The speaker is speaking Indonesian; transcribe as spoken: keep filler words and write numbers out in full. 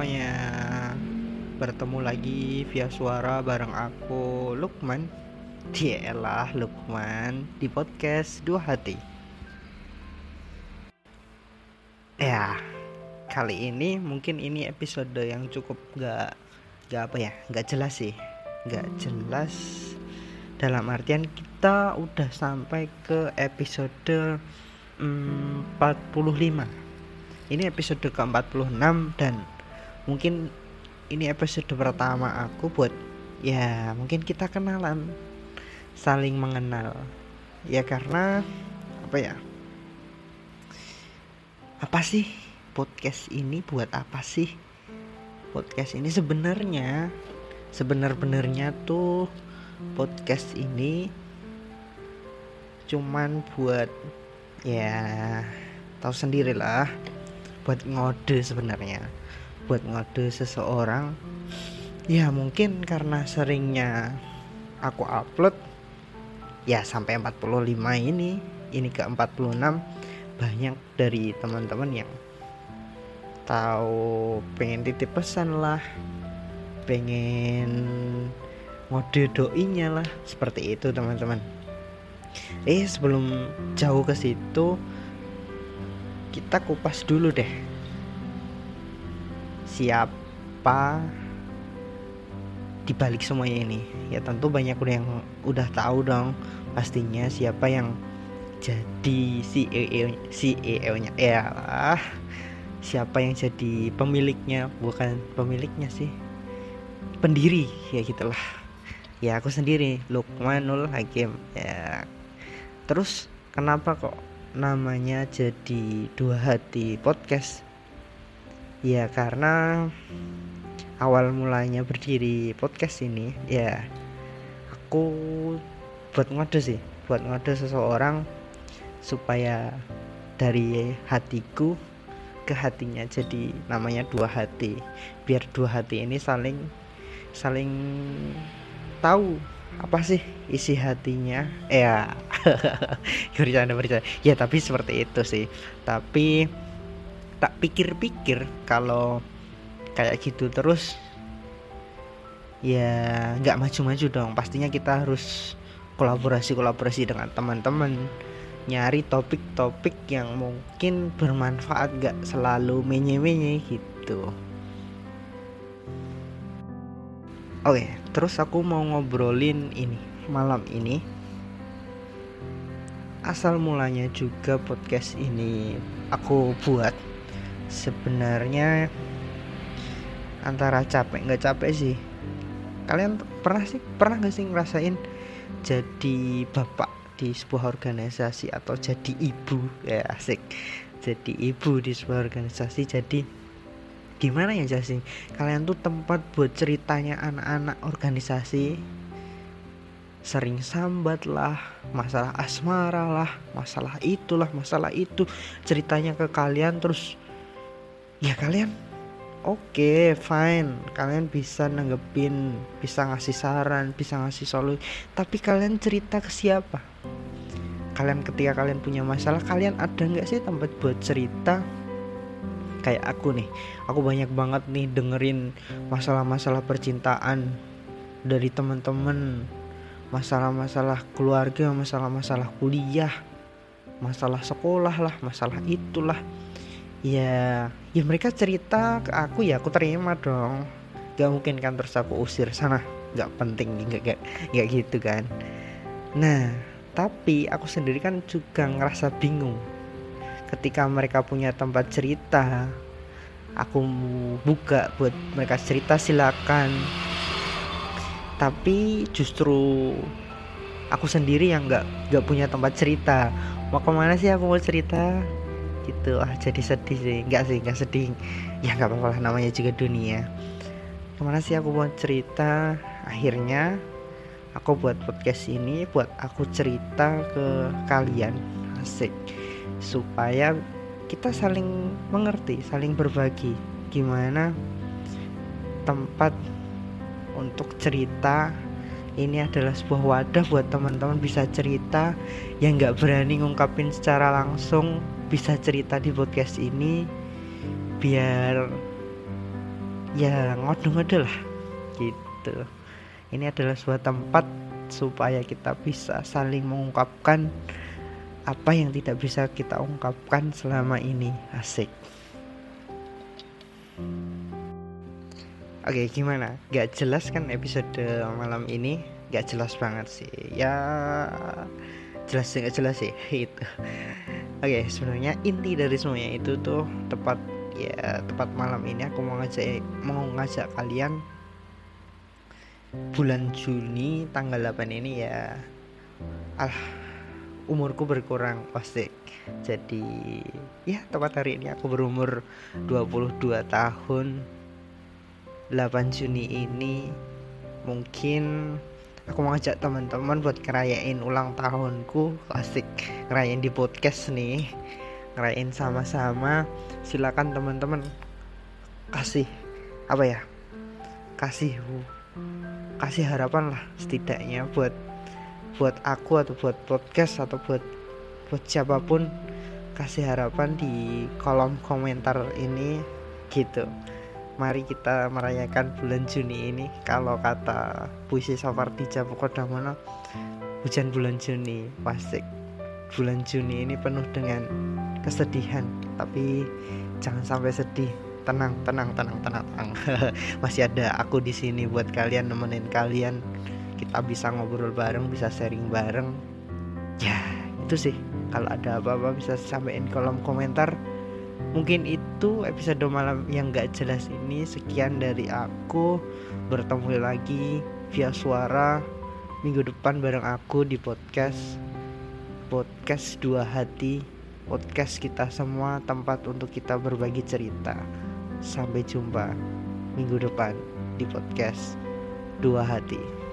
semuanya, bertemu lagi via suara bareng aku Lukman. Dielah Lukman di podcast Dua Hati. Ya, kali ini mungkin ini episode yang cukup gak, gak apa ya, gak jelas sih, gak jelas. Dalam artian kita udah sampai ke episode empat puluh lima. Ini episode ke empat puluh enam dan mungkin ini episode pertama aku buat ya mungkin kita kenalan, saling mengenal. Ya karena apa ya? Apa sih podcast ini, buat apa sih? Podcast ini sebenarnya sebenar-benarnya tuh podcast ini cuman buat ya tahu sendirilah, buat ngode sebenarnya, buat ngode seseorang. Ya mungkin karena seringnya aku upload ya sampai empat puluh lima ini, ini ke empat puluh enam, banyak dari teman-teman yang tahu pengen titip pesan lah, pengen ngode doinya lah, seperti itu teman-teman. Eh sebelum jauh ke situ, kita kupas dulu deh siapa dibalik semuanya ini. Ya tentu banyak udah yang udah tahu dong pastinya siapa yang jadi C E O C E O-nya. Ya lah, siapa yang jadi pemiliknya, bukan pemiliknya sih, pendiri ya gitulah. Ya aku sendiri, Lukmanul Hakim. Ya terus kenapa kok namanya jadi Dua Hati Podcast? Ya karena awal mulanya berdiri podcast ini ya aku buat ngode sih, buat ngode seseorang supaya dari hatiku ke hatinya, jadi namanya Dua Hati. Biar dua hati ini saling saling tahu apa sih isi hatinya. Ya bercanda bercanda ya, tapi seperti itu sih. Tapi tak pikir-pikir kalau kayak gitu terus ya nggak maju-maju dong. Pastinya kita harus kolaborasi-kolaborasi dengan teman-teman, nyari topik-topik yang mungkin bermanfaat, gak selalu menye-menye gitu. Oke, terus aku mau ngobrolin ini malam ini. Asal mulanya juga podcast ini aku buat sebenarnya antara capek nggak capek sih. Kalian pernah sih pernah nggak sih ngerasain jadi bapak di sebuah organisasi atau jadi ibu? Ya asik, jadi ibu di sebuah organisasi. Jadi gimana ya Jasi, kalian tuh tempat buat ceritanya anak-anak organisasi. Sering sambat lah, masalah asmara lah, masalah itulah, masalah itu, ceritanya ke kalian. Terus ya kalian oke okay, fine, kalian bisa nanggepin, bisa ngasih saran, bisa ngasih solusi. Tapi kalian cerita ke siapa? Kalian ketika kalian punya masalah, kalian ada gak sih tempat buat cerita? Kayak aku nih, aku banyak banget nih dengerin masalah-masalah percintaan dari teman-teman, masalah-masalah keluarga, masalah-masalah kuliah, masalah sekolah lah, masalah itulah. Ya, ya mereka cerita ke aku, ya aku terima dong. Gak mungkin kan terus aku usir sana, gak penting, gak, gak, gak gitu kan. Nah, tapi aku sendiri kan juga ngerasa bingung ketika mereka punya tempat cerita. Aku buka buat mereka cerita, silakan. Tapi justru aku sendiri yang gak, gak punya tempat cerita. Mau kemana sih aku mau cerita gitu. Ah jadi sedih sih. Enggak sih, enggak sedih. Ya enggak apa-apa lah, namanya juga dunia. Kemana sih aku mau cerita? Akhirnya aku buat podcast ini buat aku cerita ke kalian. Asik. Supaya kita saling mengerti, saling berbagi gimana tempat untuk cerita. Ini adalah sebuah wadah buat teman-teman bisa cerita yang gak berani ngungkapin secara langsung, bisa cerita di podcast ini. Biar ya ngode-ngode lah gitu. Ini adalah sebuah tempat supaya kita bisa saling mengungkapkan apa yang tidak bisa kita ungkapkan selama ini. Asik. Oke, gimana? Gak jelas kan episode malam ini? Gak jelas banget sih. Ya jelas sih, gak jelas sih itu. Oke, sebenarnya inti dari semuanya itu tuh tepat ya tepat malam ini aku mau ngajak mau ngajak kalian bulan Juni tanggal delapan ini ya. Ah, umurku berkurang pasti. Jadi ya tepat hari ini aku berumur dua puluh dua tahun. delapan Juni ini mungkin aku mau ngajak teman-teman buat ngerayain ulang tahunku. Asik, ngerayain di podcast nih, ngerayain sama-sama. Silakan teman-teman kasih apa ya, kasih kasih harapan lah setidaknya buat buat aku atau buat podcast atau buat buat siapapun. Kasih harapan di kolom komentar ini gitu. Mari kita merayakan bulan Juni ini. Kalau kata puisi Sapartija Djamono, hujan bulan Juni pasti. Bulan Juni ini penuh dengan kesedihan, tapi jangan sampai sedih. Tenang, tenang, tenang, tenang, tenang. Masih ada aku di sini buat kalian, nemenin kalian. Kita bisa ngobrol bareng, bisa sharing bareng. Ya, itu sih. Kalau ada apa-apa bisa sampein kolom komentar. Mungkin itu episode malam yang gak jelas ini. Sekian dari aku. Bertemu lagi via suara minggu depan bareng aku di podcast Podcast Dua Hati. Podcast kita semua, tempat untuk kita berbagi cerita. Sampai jumpa minggu depan di podcast Dua Hati.